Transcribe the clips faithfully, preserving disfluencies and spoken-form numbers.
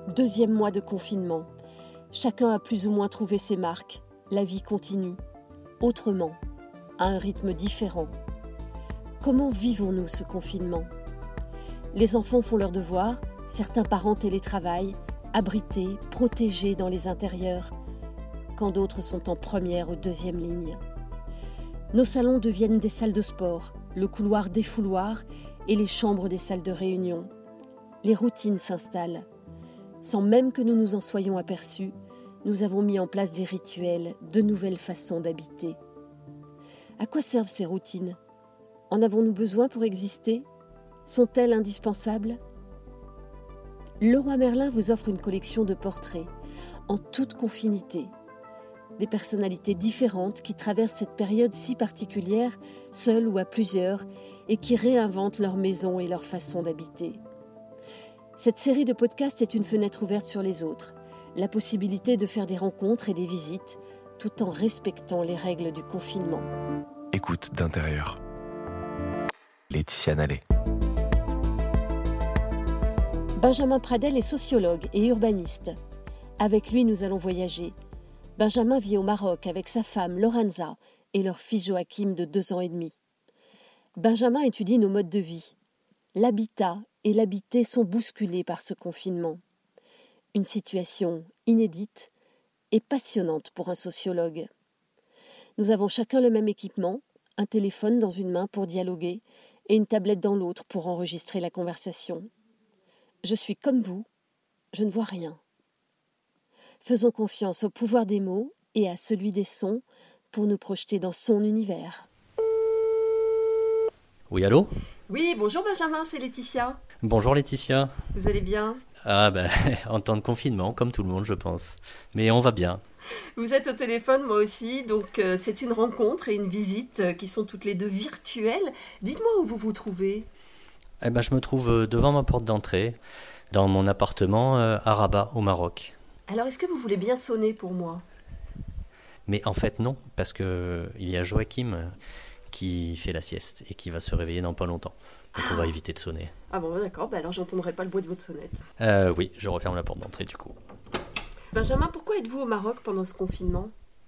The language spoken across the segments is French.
Deuxième mois de confinement. Chacun a plus ou moins trouvé ses marques. La vie continue, autrement, à un rythme différent. Comment vivons-nous ce confinement ? Les enfants font leurs devoirs, certains parents télétravaillent, abrités, protégés dans les intérieurs, quand d'autres sont en première ou deuxième ligne. Nos salons deviennent des salles de sport, le couloir des fouloirs et les chambres des salles de réunion. Les routines s'installent. Sans même que nous nous en soyons aperçus, nous avons mis en place des rituels, de nouvelles façons d'habiter. À quoi servent ces routines ? En avons-nous besoin pour exister ? Sont-elles indispensables ? Leroy Merlin vous offre une collection de portraits, en toute confinité. Des personnalités différentes qui traversent cette période si particulière, seules ou à plusieurs, et qui réinventent leur maison et leur façon d'habiter. Cette série de podcasts est une fenêtre ouverte sur les autres, la possibilité de faire des rencontres et des visites, tout en respectant les règles du confinement. Écoute d'intérieur. Laetitia Nallet. Benjamin Pradel est sociologue et urbaniste. Avec lui, nous allons voyager. Benjamin vit au Maroc avec sa femme Lorenza et leur fils Joachim de deux ans et demi. Benjamin étudie nos modes de vie. L'habitat et l'habité sont bousculés par ce confinement. Une situation inédite et passionnante pour un sociologue. Nous avons chacun le même équipement, un téléphone dans une main pour dialoguer et une tablette dans l'autre pour enregistrer la conversation. Je suis comme vous, je ne vois rien. Faisons confiance au pouvoir des mots et à celui des sons pour nous projeter dans son univers. Oui, allô ? Oui, bonjour Benjamin, c'est Laetitia. Bonjour Laetitia. Vous allez bien ? Ah ben, en temps de confinement, comme tout le monde, je pense. Mais on va bien. Vous êtes au téléphone, moi aussi, donc euh, c'est une rencontre et une visite euh, qui sont toutes les deux virtuelles. Dites-moi où vous vous trouvez. Eh ben, je me trouve devant ma porte d'entrée, dans mon appartement euh, à Rabat, au Maroc. Alors, est-ce que vous voulez bien sonner pour moi ? Mais en fait, non, parce qu'il y a Joachim qui fait la sieste et qui va se réveiller dans pas longtemps. Donc on va éviter de sonner. Ah bon, d'accord, bah alors j'entendrai pas le bruit de votre sonnette. Euh, oui, je referme la porte d'entrée du coup. Benjamin, pourquoi êtes-vous au Maroc pendant ce confinement ?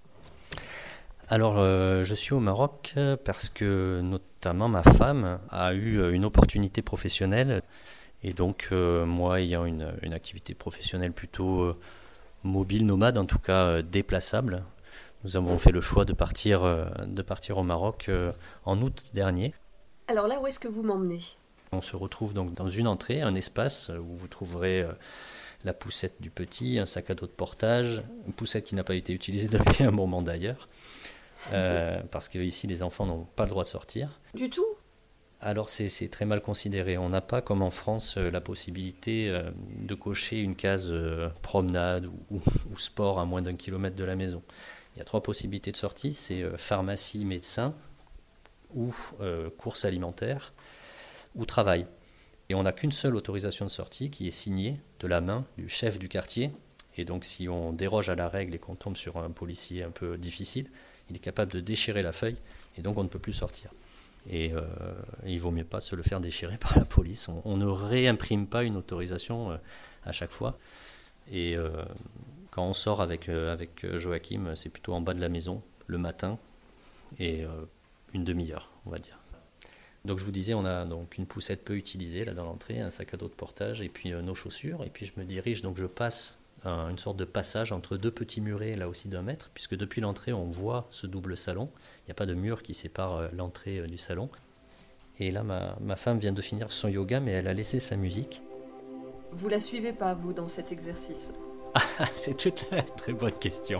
Alors, euh, je suis au Maroc parce que notamment ma femme a eu une opportunité professionnelle. Et donc, euh, moi, ayant une, une activité professionnelle plutôt euh, mobile, nomade, en tout cas euh, déplaçable, nous avons fait le choix de partir, euh, de partir au Maroc euh, en août dernier. Alors là, où est-ce que vous m'emmenez ? On se retrouve donc dans une entrée, un espace où vous trouverez euh, la poussette du petit, un sac à dos de portage, une poussette qui n'a pas été utilisée depuis un moment d'ailleurs, euh, parce qu'ici les enfants n'ont pas le droit de sortir. Du tout ? Alors c'est, c'est très mal considéré. On n'a pas comme en France euh, la possibilité euh, de cocher une case euh, promenade ou, ou sport à moins d'un kilomètre de la maison. Il y a trois possibilités de sortie, c'est euh, pharmacie, médecin ou euh, course alimentaire ou travail. Et on n'a qu'une seule autorisation de sortie qui est signée de la main du chef du quartier. Et donc si on déroge à la règle et qu'on tombe sur un policier un peu difficile, il est capable de déchirer la feuille et donc on ne peut plus sortir. Et euh, il ne vaut mieux pas se le faire déchirer par la police. On, on ne réimprime pas une autorisation euh, à chaque fois. Et euh, quand on sort avec, euh, avec Joachim, c'est plutôt en bas de la maison, le matin, et euh, une demi-heure, on va dire. Donc je vous disais, on a donc une poussette peu utilisée là dans l'entrée, un sac à dos de portage et puis euh, nos chaussures. Et puis je me dirige, donc je passe un, une sorte de passage entre deux petits murets, là aussi d'un mètre, puisque depuis l'entrée, on voit ce double salon. Il n'y a pas de mur qui sépare euh, l'entrée euh, du salon. Et là, ma, ma femme vient de finir son yoga, mais elle a laissé sa musique. Vous la suivez pas, vous, dans cet exercice ? Ah, c'est toute la très bonne question.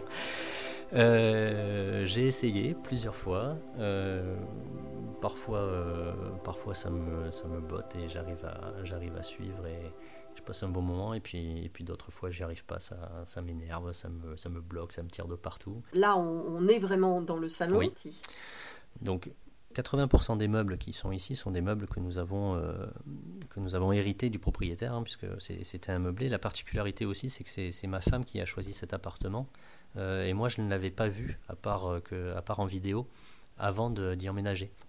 Euh, j'ai essayé plusieurs fois. Euh, parfois, euh, parfois ça me, ça me botte et j'arrive à, j'arrive à suivre et je passe un bon moment. Et puis, et puis d'autres fois, j'y arrive pas. Ça, ça m'énerve, ça me, ça me bloque, ça me tire de partout. Là, on, on est vraiment dans le salon. Oui. Donc, quatre-vingts pour cent des meubles qui sont ici sont des meubles que nous avons, euh, que nous avons hérités du propriétaire, hein, puisque c'est, c'était un meublé. La particularité aussi, c'est que c'est, c'est ma femme qui a choisi cet appartement. Euh, et moi, je ne l'avais pas vu, à part, euh, que, à part en vidéo, avant de, d'y emménager.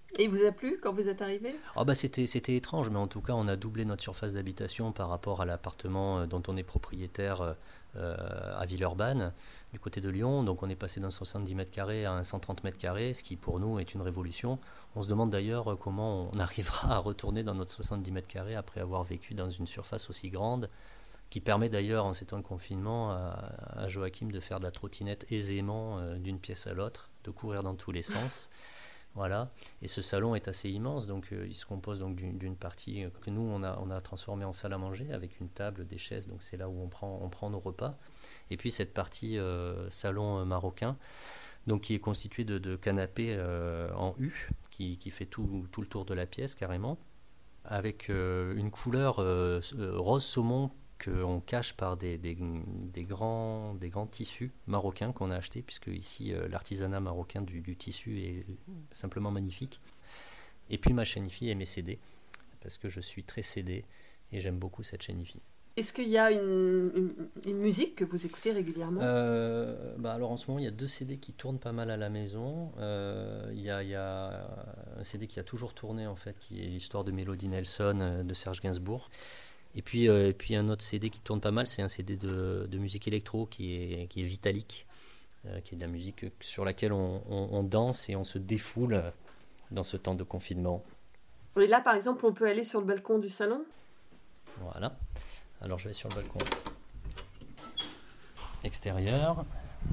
Et il vous a plu quand vous êtes arrivé ? Oh bah c'était, c'était étrange, mais en tout cas, on a doublé notre surface d'habitation par rapport à l'appartement dont on est propriétaire euh, à Villeurbanne, du côté de Lyon. Donc on est passé d'un soixante-dix mètres carrés à un cent trente mètres carrés, ce qui pour nous est une révolution. On se demande d'ailleurs comment on arrivera à retourner dans notre soixante-dix mètres carrés après avoir vécu dans une surface aussi grande, qui permet d'ailleurs en ces temps de confinement à, à Joachim de faire de la trottinette aisément euh, d'une pièce à l'autre, de courir dans tous les sens. Voilà, et ce salon est assez immense, donc euh, il se compose donc d'une, d'une partie que nous on a, on a transformée en salle à manger avec une table, des chaises, donc c'est là où on prend, on prend nos repas. Et puis cette partie euh, salon marocain, donc qui est constituée de, de canapés euh, en U, qui, qui fait tout, tout le tour de la pièce carrément, avec euh, une couleur euh, rose saumon qu'on cache par des, des, des, grands, des grands tissus marocains qu'on a achetés, puisque ici euh, l'artisanat marocain du, du tissu est simplement magnifique. Et puis ma chaîne I F I et mes C D, parce que je suis très C D et j'aime beaucoup cette chaîne I F I. Est-ce qu'il y a une, une, une musique que vous écoutez régulièrement ? euh, bah Alors en ce moment, il y a deux C D qui tournent pas mal à la maison. Euh, il, y a, il y a un C D qui a toujours tourné, en fait, qui est l'histoire de Mélodie Nelson de Serge Gainsbourg. Et puis, euh, et puis un autre C D qui tourne pas mal, c'est un C D de, de musique électro qui est, qui est Vitalik, euh, qui est de la musique sur laquelle on, on, on danse et on se défoule dans ce temps de confinement. Et là, par exemple, on peut aller sur le balcon du salon ? Voilà. Alors je vais sur le balcon extérieur.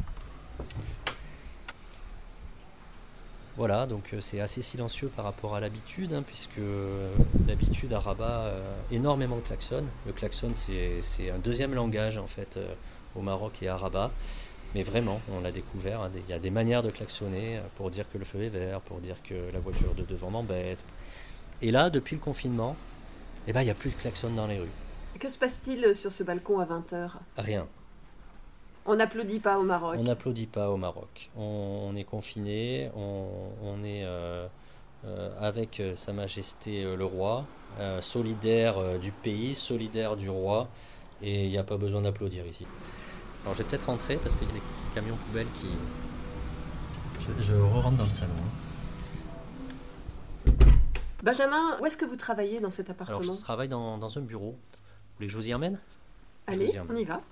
Voilà, donc euh, c'est assez silencieux par rapport à l'habitude, hein, puisque euh, d'habitude à Rabat, euh, énormément de klaxons. Le klaxon, c'est, c'est un deuxième langage en fait euh, au Maroc et à Rabat. Mais vraiment, on l'a découvert, hein, il y a des manières de klaxonner pour dire que le feu est vert, pour dire que la voiture de devant m'embête. Et là, depuis le confinement, eh ben, il n'y a plus de klaxons dans les rues. Que se passe-t-il sur ce balcon à vingt heures ? Rien. On n'applaudit pas au Maroc. On n'applaudit pas au Maroc. On, on est confiné, on, on est euh, euh, avec Sa Majesté euh, le Roi, euh, solidaire euh, du pays, solidaire du roi, et il n'y a pas besoin d'applaudir ici. Alors je vais peut-être rentrer parce qu'il y a des camions poubelles qui... Je, je re-rentre dans le salon. Benjamin, où est-ce que vous travaillez dans cet appartement ? Alors je travaille dans, dans un bureau. Vous voulez que je vous y emmène ? Allez, y on y va.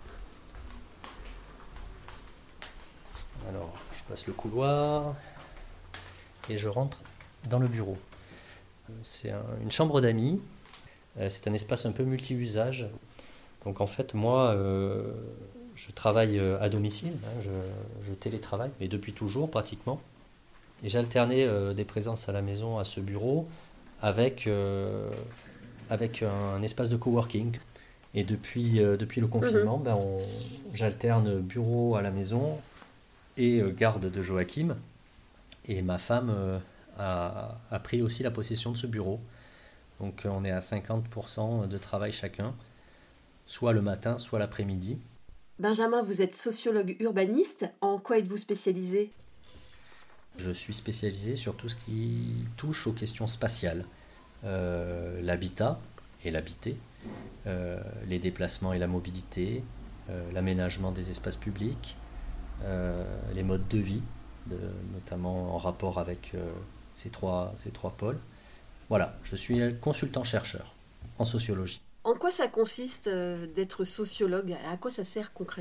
Alors, je passe le couloir et je rentre dans le bureau. C'est un, une chambre d'amis. C'est un espace un peu multi-usage. Donc en fait, moi, euh, je travaille à domicile. Hein, je, je télétravaille, mais depuis toujours pratiquement. Et j'alternais euh, des présences à la maison à ce bureau avec, euh, avec un, un espace de coworking. Et depuis, euh, depuis le confinement, mmh. ben on, j'alterne bureau à la maison et garde de Joachim. Et ma femme euh, a, a pris aussi la possession de ce bureau. Donc on est à cinquante pour cent de travail chacun, soit le matin, soit l'après-midi. Benjamin, vous êtes sociologue urbaniste. En quoi êtes-vous spécialisé ? Je suis spécialisé sur tout ce qui touche aux questions spatiales. Euh, l'habitat et l'habité, euh, les déplacements et la mobilité, euh, l'aménagement des espaces publics, Euh, les modes de vie, de, notamment en rapport avec euh, ces, trois, ces trois pôles. Voilà, je suis consultant-chercheur en sociologie. En quoi ça consiste euh, d'être sociologue ? À quoi ça sert concrètement ?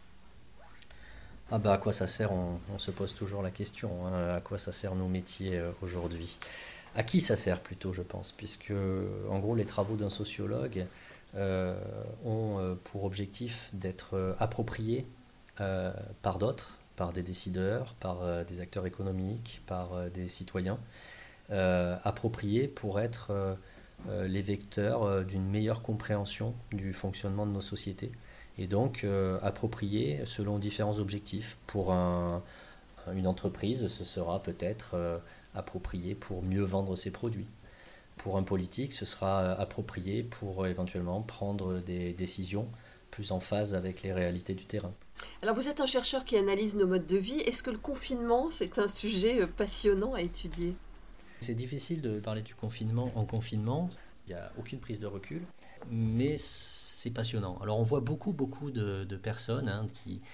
Ah bah à quoi ça sert, on, on se pose toujours la question, hein, à quoi ça sert nos métiers euh, aujourd'hui ? À qui ça sert plutôt, je pense, puisque en gros les travaux d'un sociologue euh, ont euh, pour objectif d'être euh, appropriés Euh, par d'autres, par des décideurs, par euh, des acteurs économiques, par euh, des citoyens, euh, appropriés pour être euh, euh, les vecteurs euh, d'une meilleure compréhension du fonctionnement de nos sociétés, et donc euh, appropriés selon différents objectifs. Pour un, une entreprise, ce sera peut-être euh, approprié pour mieux vendre ses produits. Pour un politique, ce sera approprié pour euh, éventuellement prendre des décisions plus en phase avec les réalités du terrain. Alors vous êtes un chercheur qui analyse nos modes de vie. Est-ce que le confinement, c'est un sujet passionnant à étudier ? C'est difficile de parler du confinement en confinement. Il n'y a aucune prise de recul, mais c'est passionnant. Alors on voit beaucoup, beaucoup de, de personnes hein, qui,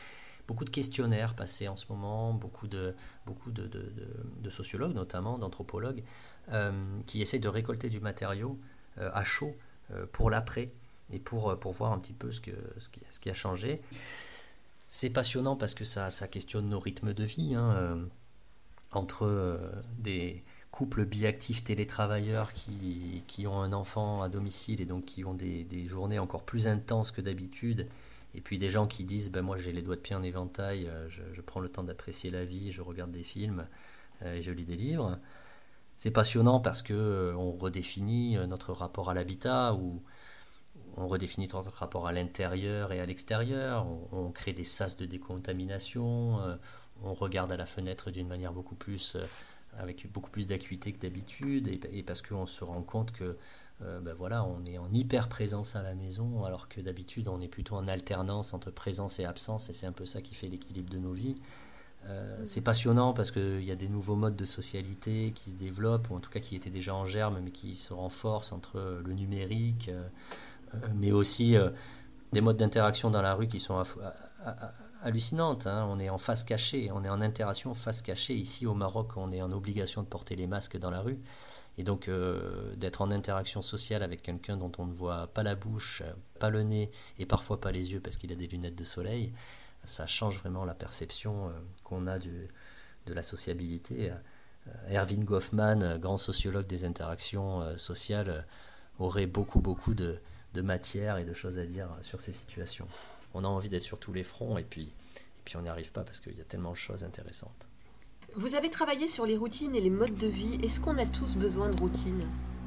beaucoup de questionnaires passés en ce moment, beaucoup de, beaucoup de, de, de, de sociologues notamment, d'anthropologues, euh, qui essayent de récolter du matériau euh, à chaud euh, pour l'après et pour, pour voir un petit peu ce, que, ce, qui, ce qui a changé. C'est passionnant parce que ça, ça questionne nos rythmes de vie, hein, euh, entre euh, des couples biactifs télétravailleurs qui, qui ont un enfant à domicile et donc qui ont des, des journées encore plus intenses que d'habitude, et puis des gens qui disent ben moi j'ai les doigts de pied en éventail, je, je prends le temps d'apprécier la vie, je regarde des films euh, et je lis des livres. C'est passionnant parce que euh, on redéfinit notre rapport à l'habitat, ou on redéfinit notre rapport à l'intérieur et à l'extérieur, on, on crée des sas de décontamination, euh, on regarde à la fenêtre d'une manière beaucoup plus euh, avec beaucoup plus d'acuité que d'habitude, et, et parce qu'on se rend compte que euh, ben voilà, on est en hyper présence à la maison, alors que d'habitude on est plutôt en alternance entre présence et absence, et c'est un peu ça qui fait l'équilibre de nos vies. Euh, c'est passionnant parce qu'il y a des nouveaux modes de socialité qui se développent, ou en tout cas qui étaient déjà en germe, mais qui se renforcent entre le numérique, euh, euh, mais aussi euh, des modes d'interaction dans la rue qui sont à, à, à, hallucinante, hein. On est en face cachée, on est en interaction face cachée. Ici au Maroc, on est en obligation de porter les masques dans la rue, et donc euh, d'être en interaction sociale avec quelqu'un dont on ne voit pas la bouche, pas le nez et parfois pas les yeux parce qu'il a des lunettes de soleil, ça change vraiment la perception euh, qu'on a du, de la sociabilité. Euh, Erving Goffman, grand sociologue des interactions euh, sociales, euh, aurait beaucoup beaucoup de, de matière et de choses à dire sur ces situations. On a envie d'être sur tous les fronts, et puis, et puis on n'y arrive pas parce qu'il y a tellement de choses intéressantes. Vous avez travaillé sur les routines et les modes de vie. Est-ce qu'on a tous besoin de routine ?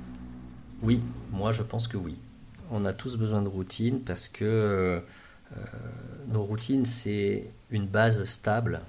Oui, moi je pense que oui. On a tous besoin de routine parce que euh, nos routines, c'est une base stable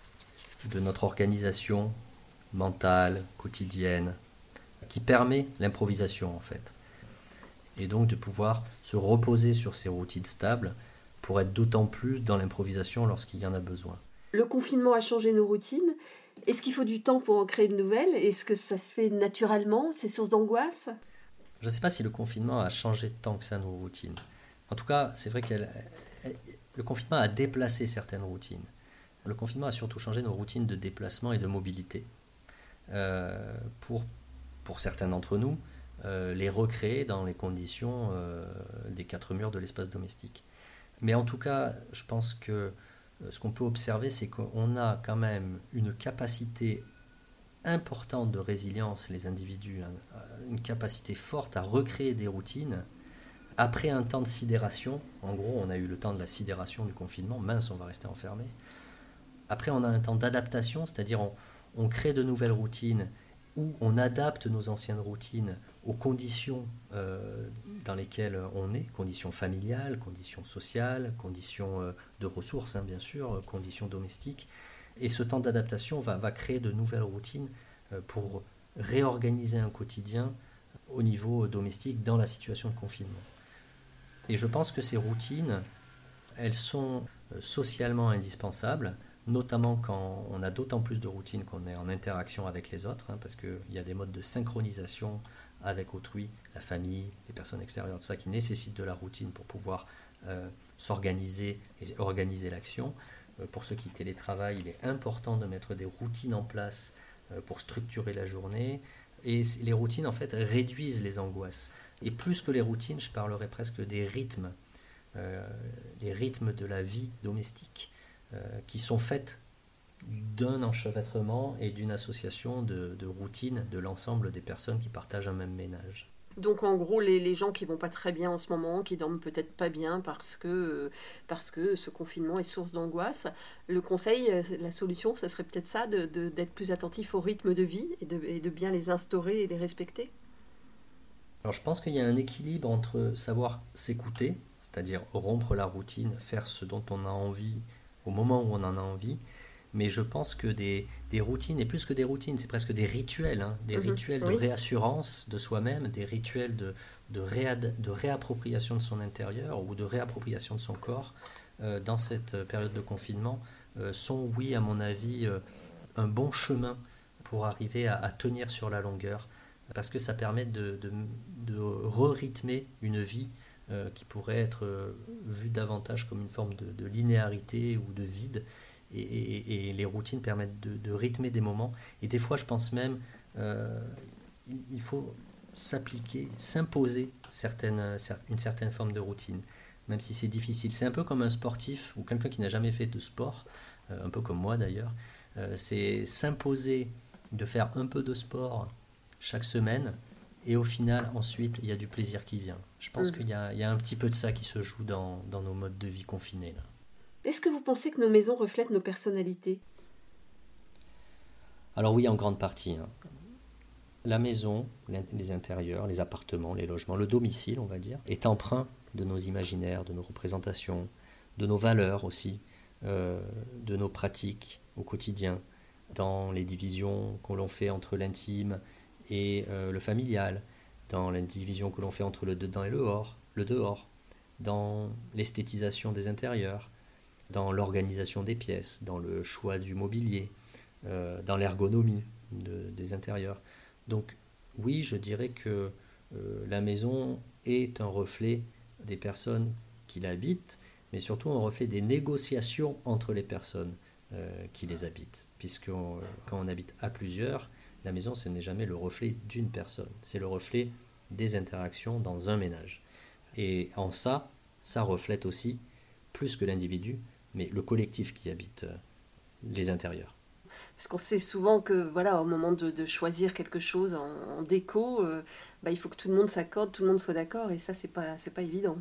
de notre organisation mentale, quotidienne, qui permet l'improvisation en fait. Et donc de pouvoir se reposer sur ces routines stables pour être d'autant plus dans l'improvisation lorsqu'il y en a besoin. Le confinement a changé nos routines. Est-ce qu'il faut du temps pour en créer de nouvelles ? Est-ce que ça se fait naturellement ? C'est source d'angoisse ? Je ne sais pas si le confinement a changé tant que ça nos routines. En tout cas, c'est vrai que le confinement a déplacé certaines routines. Le confinement a surtout changé nos routines de déplacement et de mobilité. Euh, pour, pour certains d'entre nous, euh, les recréer dans les conditions euh, des quatre murs de l'espace domestique. Mais en tout cas, je pense que euh, ce qu'on peut observer, c'est qu'on a quand même une capacité importante de résilience, les individus, hein, une capacité forte à recréer des routines après un temps de sidération. En gros, on a eu le temps de la sidération du confinement, mince, on va rester enfermé. Après, on a un temps d'adaptation, c'est-à-dire on, on crée de nouvelles routines, où on adapte nos anciennes routines aux conditions euh, dans lesquelles on est, conditions familiales, conditions sociales, conditions euh, de ressources, hein, bien sûr, conditions domestiques. Et ce temps d'adaptation va, va créer de nouvelles routines euh, pour réorganiser un quotidien au niveau domestique dans la situation de confinement. Et je pense que ces routines, elles sont euh, socialement indispensables, notamment quand on a d'autant plus de routines qu'on est en interaction avec les autres, hein, parce qu'il y a des modes de synchronisation avec autrui, la famille, les personnes extérieures, tout ça qui nécessite de la routine pour pouvoir euh, s'organiser et organiser l'action. Euh, pour ceux qui télétravaillent, il est important de mettre des routines en place euh, pour structurer la journée. Et les routines, en fait, réduisent les angoisses. Et plus que les routines, je parlerais presque des rythmes, euh, les rythmes de la vie domestique, euh, qui sont faites d'un enchevêtrement et d'une association de, de routines de l'ensemble des personnes qui partagent un même ménage. Donc en gros, les, les gens qui vont pas très bien en ce moment, qui dorment peut-être pas bien parce que, parce que ce confinement est source d'angoisse, le conseil, la solution, ça serait peut-être ça, de, de, d'être plus attentif au rythme de vie et de, et de bien les instaurer et les respecter. Alors je pense qu'il y a un équilibre entre savoir s'écouter, c'est-à-dire rompre la routine, faire ce dont on a envie au moment où on en a envie, mais je pense que des, des routines, et plus que des routines, c'est presque des rituels, hein, des mmh, rituels de oui. réassurance de soi-même, des rituels de, de, réad, de réappropriation de son intérieur ou de réappropriation de son corps euh, dans cette période de confinement euh, sont, oui, à mon avis, euh, un bon chemin pour arriver à, à tenir sur la longueur, parce que ça permet de, de, de re-rythmer une vie euh, qui pourrait être euh, vu davantage comme une forme de, de linéarité ou de vide. Et, et, et les routines permettent de, de rythmer des moments. Et des fois, je pense même, euh, il, il faut s'appliquer, s'imposer certaines, une certaine forme de routine, même si c'est difficile. C'est un peu comme un sportif ou quelqu'un qui n'a jamais fait de sport, euh, un peu comme moi d'ailleurs. Euh, c'est s'imposer de faire un peu de sport chaque semaine, et au final, ensuite, il y a du plaisir qui vient. Je pense mmh. qu'il y a, il y a un petit peu de ça qui se joue dans, dans nos modes de vie confinés, là. Est-ce que vous pensez que nos maisons reflètent nos personnalités ? Alors oui, en grande partie. Hein. La maison, les intérieurs, les appartements, les logements, le domicile, on va dire, est empreint de nos imaginaires, de nos représentations, de nos valeurs aussi, euh, de nos pratiques au quotidien, dans les divisions que l'on fait entre l'intime et euh, le familial, dans la division que l'on fait entre le dedans et le dehors, le dehors, dans l'esthétisation des intérieurs, dans l'organisation des pièces, dans le choix du mobilier, euh, dans l'ergonomie de, des intérieurs. Donc oui, je dirais que euh, la maison est un reflet des personnes qui l'habitent, mais surtout un reflet des négociations entre les personnes euh, qui les habitent. Puisque on, quand on habite à plusieurs, la maison, ce n'est jamais le reflet d'une personne, c'est le reflet des interactions dans un ménage. Et en ça, ça reflète aussi, plus que l'individu, mais le collectif qui habite les intérieurs. Parce qu'on sait souvent que, voilà, au moment de, de choisir quelque chose en, en déco, euh, bah, il faut que tout le monde s'accorde, tout le monde soit d'accord, et ça, c'est pas, c'est pas évident.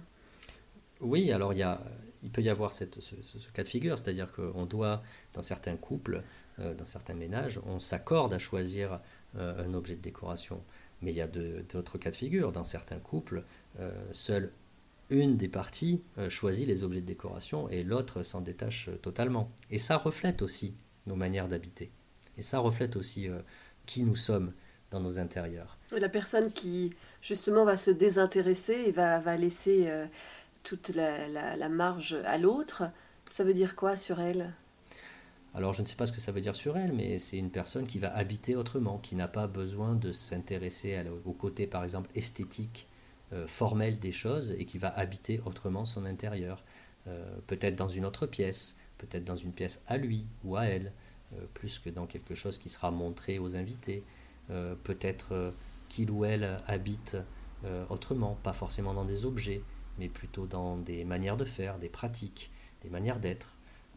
Oui, alors il, y a, il peut y avoir cette, ce, ce, ce cas de figure, c'est-à-dire qu'on doit, dans certains couples, euh, dans certains ménages, on s'accorde à choisir euh, un objet de décoration. Mais il y a de, d'autres cas de figure. Dans certains couples, euh, seule une des parties euh, choisit les objets de décoration et l'autre s'en détache euh, totalement. Et ça reflète aussi nos manières d'habiter. Et ça reflète aussi euh, qui nous sommes dans nos intérieurs. La personne qui, justement, va se désintéresser et va, va laisser euh, toute la, la, la marge à l'autre, ça veut dire quoi sur elle ? Alors, je ne sais pas ce que ça veut dire sur elle, mais c'est une personne qui va habiter autrement, qui n'a pas besoin de s'intéresser à, au côté, par exemple, esthétique, euh, formel des choses, et qui va habiter autrement son intérieur. Euh, peut-être dans une autre pièce, peut-être dans une pièce à lui ou à elle, euh, plus que dans quelque chose qui sera montré aux invités. Euh, peut-être euh, qu'il ou elle habite euh, autrement, pas forcément dans des objets, mais plutôt dans des manières de faire, des pratiques, des manières d'être.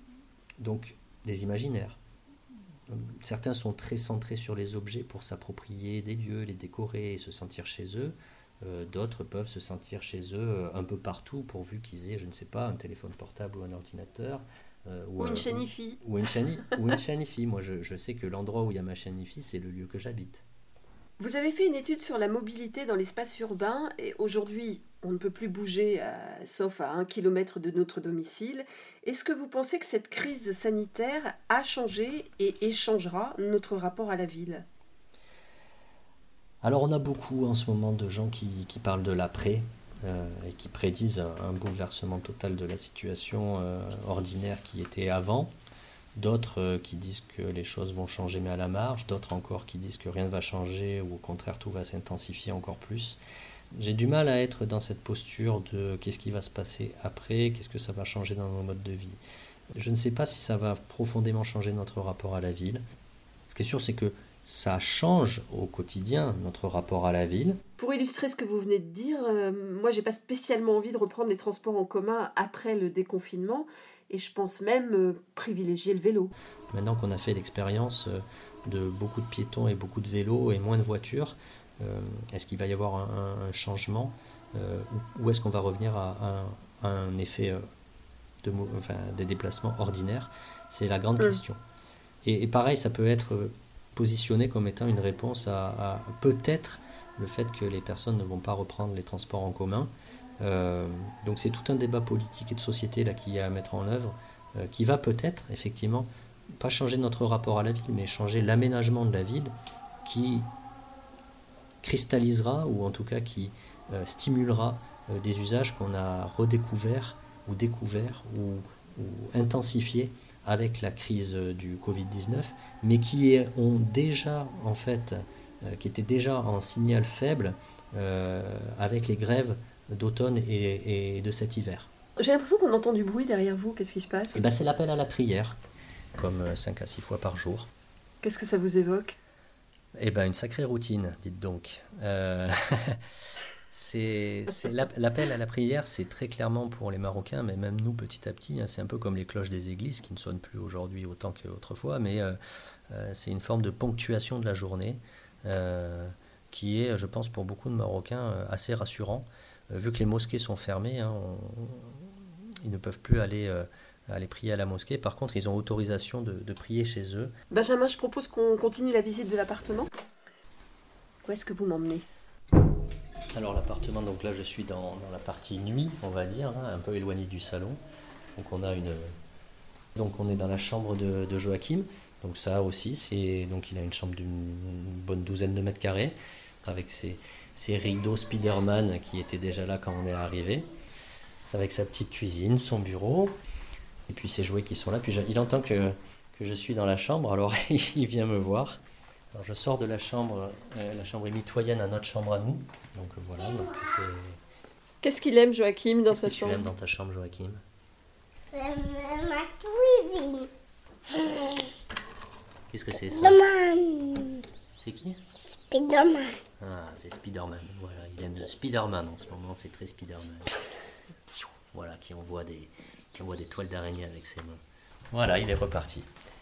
Donc, des imaginaires. Certains sont très centrés sur les objets pour s'approprier des lieux, les décorer et se sentir chez eux. Euh, d'autres peuvent se sentir chez eux un peu partout, pourvu qu'ils aient, je ne sais pas, un téléphone portable ou un ordinateur. Euh, ou, ou une chaîne hi-fi. Ou une chaîne, ou une chaîne hi-fi. Moi, je, je sais que l'endroit où il y a ma chaîne hi-fi, c'est le lieu que j'habite. Vous avez fait une étude sur la mobilité dans l'espace urbain, et aujourd'hui, on ne peut plus bouger, euh, sauf à un kilomètre de notre domicile. Est-ce que vous pensez que cette crise sanitaire a changé et échangera notre rapport à la ville ? Alors, on a beaucoup en ce moment de gens qui, qui parlent de l'après euh, et qui prédisent un, un bouleversement total de la situation euh, ordinaire qui était avant. D'autres euh, qui disent que les choses vont changer mais à la marge, d'autres encore qui disent que rien ne va changer ou au contraire tout va s'intensifier encore plus. J'ai du mal à être dans cette posture de qu'est-ce qui va se passer après, qu'est-ce que ça va changer dans nos modes de vie. Je ne sais pas si ça va profondément changer notre rapport à la ville. Ce qui est sûr, c'est que ça change au quotidien notre rapport à la ville. Pour illustrer ce que vous venez de dire, euh, moi j'ai pas spécialement envie de reprendre les transports en commun après le déconfinement. Et je pense même euh, privilégier le vélo. Maintenant qu'on a fait l'expérience de beaucoup de piétons et beaucoup de vélos et moins de voitures, euh, est-ce qu'il va y avoir un, un changement euh, ou est-ce qu'on va revenir à, à, à un effet euh, de, enfin, des déplacements ordinaires ? C'est la grande mmh. question. Et, et pareil, ça peut être positionné comme étant une réponse à, à peut-être le fait que les personnes ne vont pas reprendre les transports en commun. Euh, donc c'est tout un débat politique et de société là qu'il y a à mettre en œuvre, euh, qui va peut-être effectivement pas changer notre rapport à la ville, mais changer l'aménagement de la ville, qui cristallisera ou en tout cas qui euh, stimulera euh, des usages qu'on a redécouverts ou découverts ou, ou intensifiés avec la crise du covid dix-neuf, mais qui est, ont déjà en fait, euh, qui étaient déjà en signal faible euh, avec les grèves d'automne et, et de cet hiver. J'ai l'impression qu'on entend du bruit derrière vous, qu'est-ce qui se passe ? Et ben, c'est l'appel à la prière, comme cinq à six fois par jour. Qu'est-ce que ça vous évoque ? Eh ben, une sacrée routine, dites donc. Euh, c'est, c'est l'appel à la prière, c'est très clairement pour les Marocains, mais même nous petit à petit, hein, c'est un peu comme les cloches des églises qui ne sonnent plus aujourd'hui autant qu'autrefois, mais euh, euh, c'est une forme de ponctuation de la journée euh, qui est, je pense, pour beaucoup de Marocains euh, assez rassurant, euh, vu que les mosquées sont fermées, hein, on, on, ils ne peuvent plus aller... Euh, aller prier à la mosquée. Par contre, ils ont autorisation de, de prier chez eux. Benjamin, je propose qu'on continue la visite de l'appartement. Où est-ce que vous m'emmenez ? Alors l'appartement, donc là je suis dans, dans la partie nuit, on va dire, hein, un peu éloigné du salon. Donc on a une, donc on est dans la chambre de, de Joachim. Donc ça aussi, c'est donc il a une chambre d'une bonne douzaine de mètres carrés avec ses, ses rideaux Spider-Man qui étaient déjà là quand on est arrivé. C'est avec sa petite cuisine, son bureau. Et puis ses jouets qui sont là. Puis je, il entend que, que je suis dans la chambre, alors il vient me voir. Alors je sors de la chambre, euh, la chambre est mitoyenne à notre chambre à nous. Donc voilà. Donc c'est... Qu'est-ce qu'il aime, Joachim, dans Qu'est-ce sa que chambre ? tu aimes dans ta chambre, Joachim ? Ma cuisine. Qu'est-ce que c'est ça ? Spider-Man. C'est qui ? Spider-Man. Ah, c'est Spider-Man. Voilà, il aime le Spider-Man en ce moment, c'est très Spider-Man. Voilà, qui envoie des... qui envoie des toiles d'araignée avec ses mains. Voilà, il est reparti.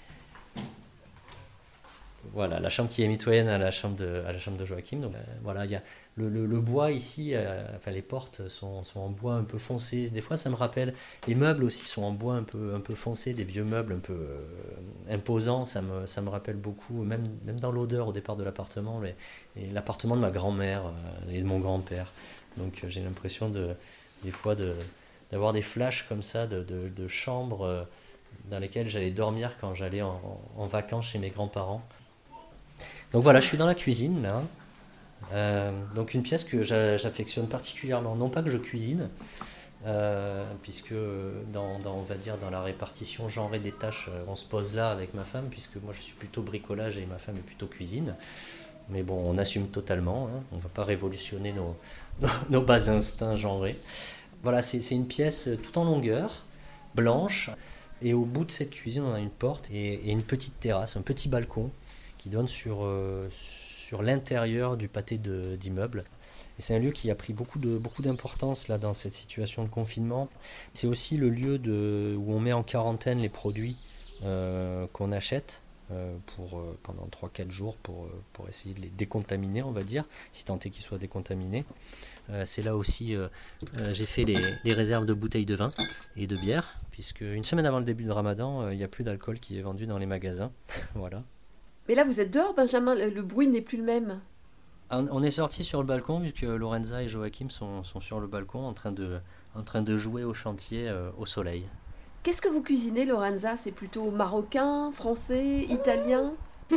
Voilà, la chambre qui est mitoyenne à la chambre de, à la chambre de Joachim. Donc, euh, voilà, il y a le, le, le bois ici, euh, enfin les portes sont, sont en bois un peu foncé. Des fois, ça me rappelle. Les meubles aussi sont en bois un peu, un peu foncé, des vieux meubles un peu euh, imposants. Ça me, ça me rappelle beaucoup, même, même dans l'odeur au départ de l'appartement, les, et l'appartement de ma grand-mère euh, et de mon grand-père. Donc, euh, j'ai l'impression de, des fois de d'avoir des flashs comme ça de, de, de chambres euh, dans lesquelles j'allais dormir quand j'allais en, en vacances chez mes grands-parents. Donc voilà, je suis dans la cuisine là. Euh, donc une pièce que j'a, j'affectionne particulièrement, non pas que je cuisine, euh, puisque dans, dans, on va dire dans la répartition genrée des tâches, on se pose là avec ma femme, puisque moi je suis plutôt bricolage et ma femme est plutôt cuisine. Mais bon, on assume totalement, hein, on ne va pas révolutionner nos, nos, nos bas instincts genrés. Voilà, c'est, c'est une pièce tout en longueur, blanche, et au bout de cette cuisine, on a une porte et, et une petite terrasse, un petit balcon qui donne sur, euh, sur l'intérieur du pâté de, d'immeubles. Et c'est un lieu qui a pris beaucoup, de, beaucoup d'importance là, dans cette situation de confinement. C'est aussi le lieu de, où on met en quarantaine les produits euh, qu'on achète euh, pour, euh, pendant trois à quatre jours pour, pour essayer de les décontaminer, on va dire, si tant est qu'ils soient décontaminés. Euh, c'est là aussi euh, euh, j'ai fait les, les réserves de bouteilles de vin et de bière, puisque une semaine avant le début de Ramadan, il euh, n'y a plus d'alcool qui est vendu dans les magasins. Voilà. Mais là, vous êtes dehors, Benjamin, le, le bruit n'est plus le même. On est sorti sur le balcon, vu que Lorenza et Joachim sont, sont sur le balcon en train de, en train de jouer au chantier euh, au soleil. Qu'est-ce que vous cuisinez, Lorenza ? C'est plutôt marocain, français, italien ?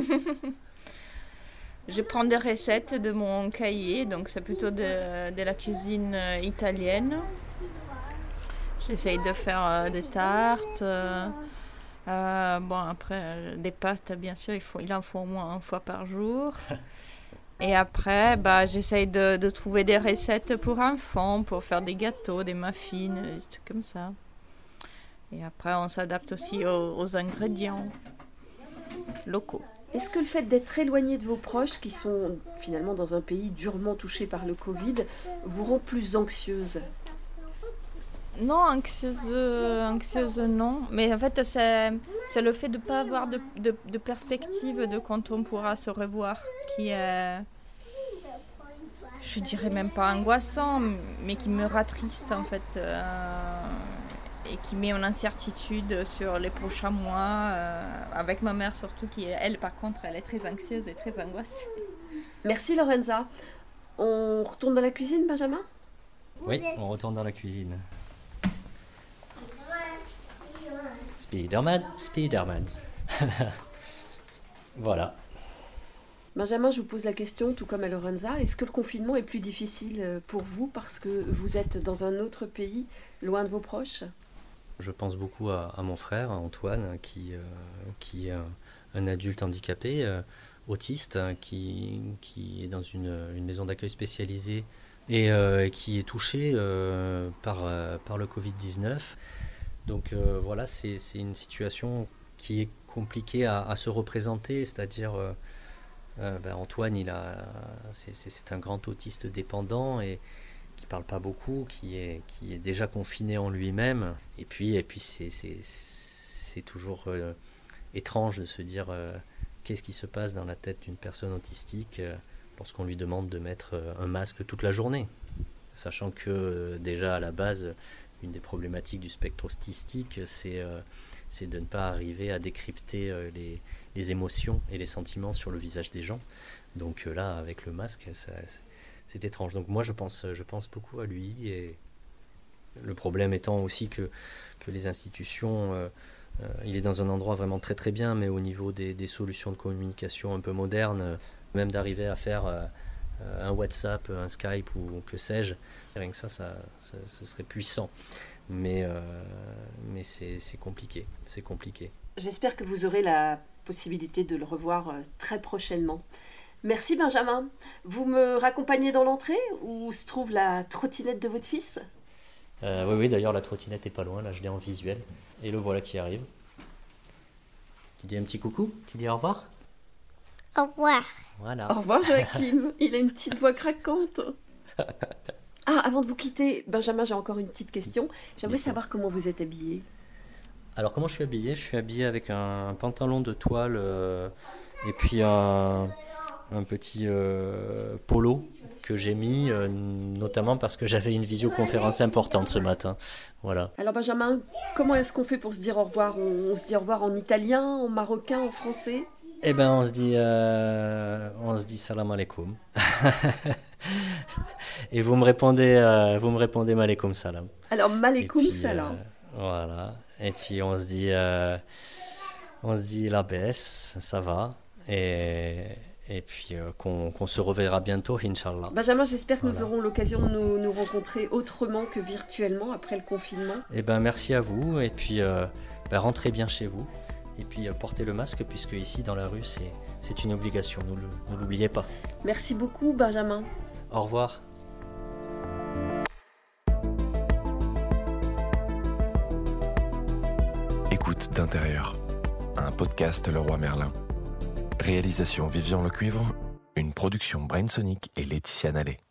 Je prends des recettes de mon cahier, donc c'est plutôt de, de la cuisine italienne. J'essaye de faire euh, des tartes. Euh, euh, bon, après, euh, des pâtes, bien sûr, il, faut, il en faut au moins une fois par jour. Et après, bah, j'essaye de, de trouver des recettes pour enfants, pour faire des gâteaux, des muffins, des trucs comme ça. Et après, on s'adapte aussi aux, aux ingrédients locaux. Est-ce que le fait d'être éloigné de vos proches, qui sont finalement dans un pays durement touché par le Covid, vous rend plus anxieuse ? Non, anxieuse, anxieuse non. Mais en fait, c'est, c'est le fait de ne pas avoir de, de, de perspective de quand on pourra se revoir qui est, je dirais même pas angoissant, mais qui me rattriste en fait. Euh, et qui met en incertitude sur les prochains mois, euh, avec ma mère surtout, qui elle par contre, elle est très anxieuse et très angoissée. Merci Lorenza. On retourne dans la cuisine, Benjamin ? Oui, on retourne dans la cuisine. Spider-Man, Spider-Man. Voilà. Benjamin, je vous pose la question, tout comme à Lorenza, est-ce que le confinement est plus difficile pour vous parce que vous êtes dans un autre pays, loin de vos proches ? Je pense beaucoup à, à mon frère, Antoine, qui, euh, qui est un, un adulte handicapé, euh, autiste, qui, qui est dans une, une maison d'accueil spécialisée et euh, qui est touché euh, par, euh, par le covid dix-neuf. Donc euh, voilà, c'est, c'est une situation qui est compliquée à, à se représenter, c'est-à-dire euh, euh, ben Antoine, il a, c'est, c'est, c'est un grand autiste dépendant et qui parle pas beaucoup, qui est, qui est déjà confiné en lui-même, et puis, et puis c'est, c'est, c'est toujours euh, étrange de se dire euh, qu'est-ce qui se passe dans la tête d'une personne autistique euh, lorsqu'on lui demande de mettre euh, un masque toute la journée, sachant que euh, déjà à la base, une des problématiques du spectre autistique, c'est, euh, c'est de ne pas arriver à décrypter euh, les, les émotions et les sentiments sur le visage des gens. Donc euh, là, avec le masque, ça, c'est, c'est étrange. Donc moi, je pense, je pense beaucoup à lui. Et le problème étant aussi que, que les institutions, euh, euh, il est dans un endroit vraiment très très bien, mais au niveau des, des solutions de communication un peu modernes, euh, même d'arriver à faire euh, un WhatsApp, un Skype ou que sais-je, rien que ça, ça, ça ce serait puissant. Mais, euh, mais c'est, c'est compliqué, c'est compliqué. J'espère que vous aurez la possibilité de le revoir très prochainement. Merci Benjamin. Vous me raccompagnez dans l'entrée où se trouve la trottinette de votre fils ? euh, Oui, oui, d'ailleurs la trottinette est pas loin, là je l'ai en visuel. Et le voilà qui arrive. Qui dit un petit coucou, qui dit au revoir. Au revoir. Voilà. Au revoir Joachim, il a une petite voix craquante. Ah, avant de vous quitter, Benjamin, j'ai encore une petite question. J'aimerais savoir comment vous êtes habillé. Alors comment je suis habillé ? Je suis habillé avec un pantalon de toile euh, et puis un, un petit euh, polo que j'ai mis, euh, notamment parce que j'avais une visioconférence importante ce matin. Voilà. Alors Benjamin, comment est-ce qu'on fait pour se dire au revoir ? on, on se dit au revoir en italien, en marocain, en français ? Eh ben on se dit, euh, on se dit salam alaikum. Et vous me répondez, euh, vous me répondez malekoum salam. Alors malekoum puis, salam. Euh, voilà. Et puis on se dit, euh, on se dit la baisse, ça va. Et et puis euh, qu'on, qu'on se reverra bientôt, Inch'Allah. Benjamin, j'espère que Voilà. nous aurons l'occasion de nous, nous rencontrer autrement que virtuellement après le confinement. Eh ben merci à vous. Et puis euh, ben, rentrez bien chez vous. Et puis euh, portez le masque puisque ici dans la rue c'est c'est une obligation. Ne, le, ne l'oubliez pas. Merci beaucoup Benjamin. Au revoir. Écoute d'intérieur, un podcast Leroy Merlin. Réalisation Vivian Lecuivre, une production Brain Sonic et Laetitia Nallet.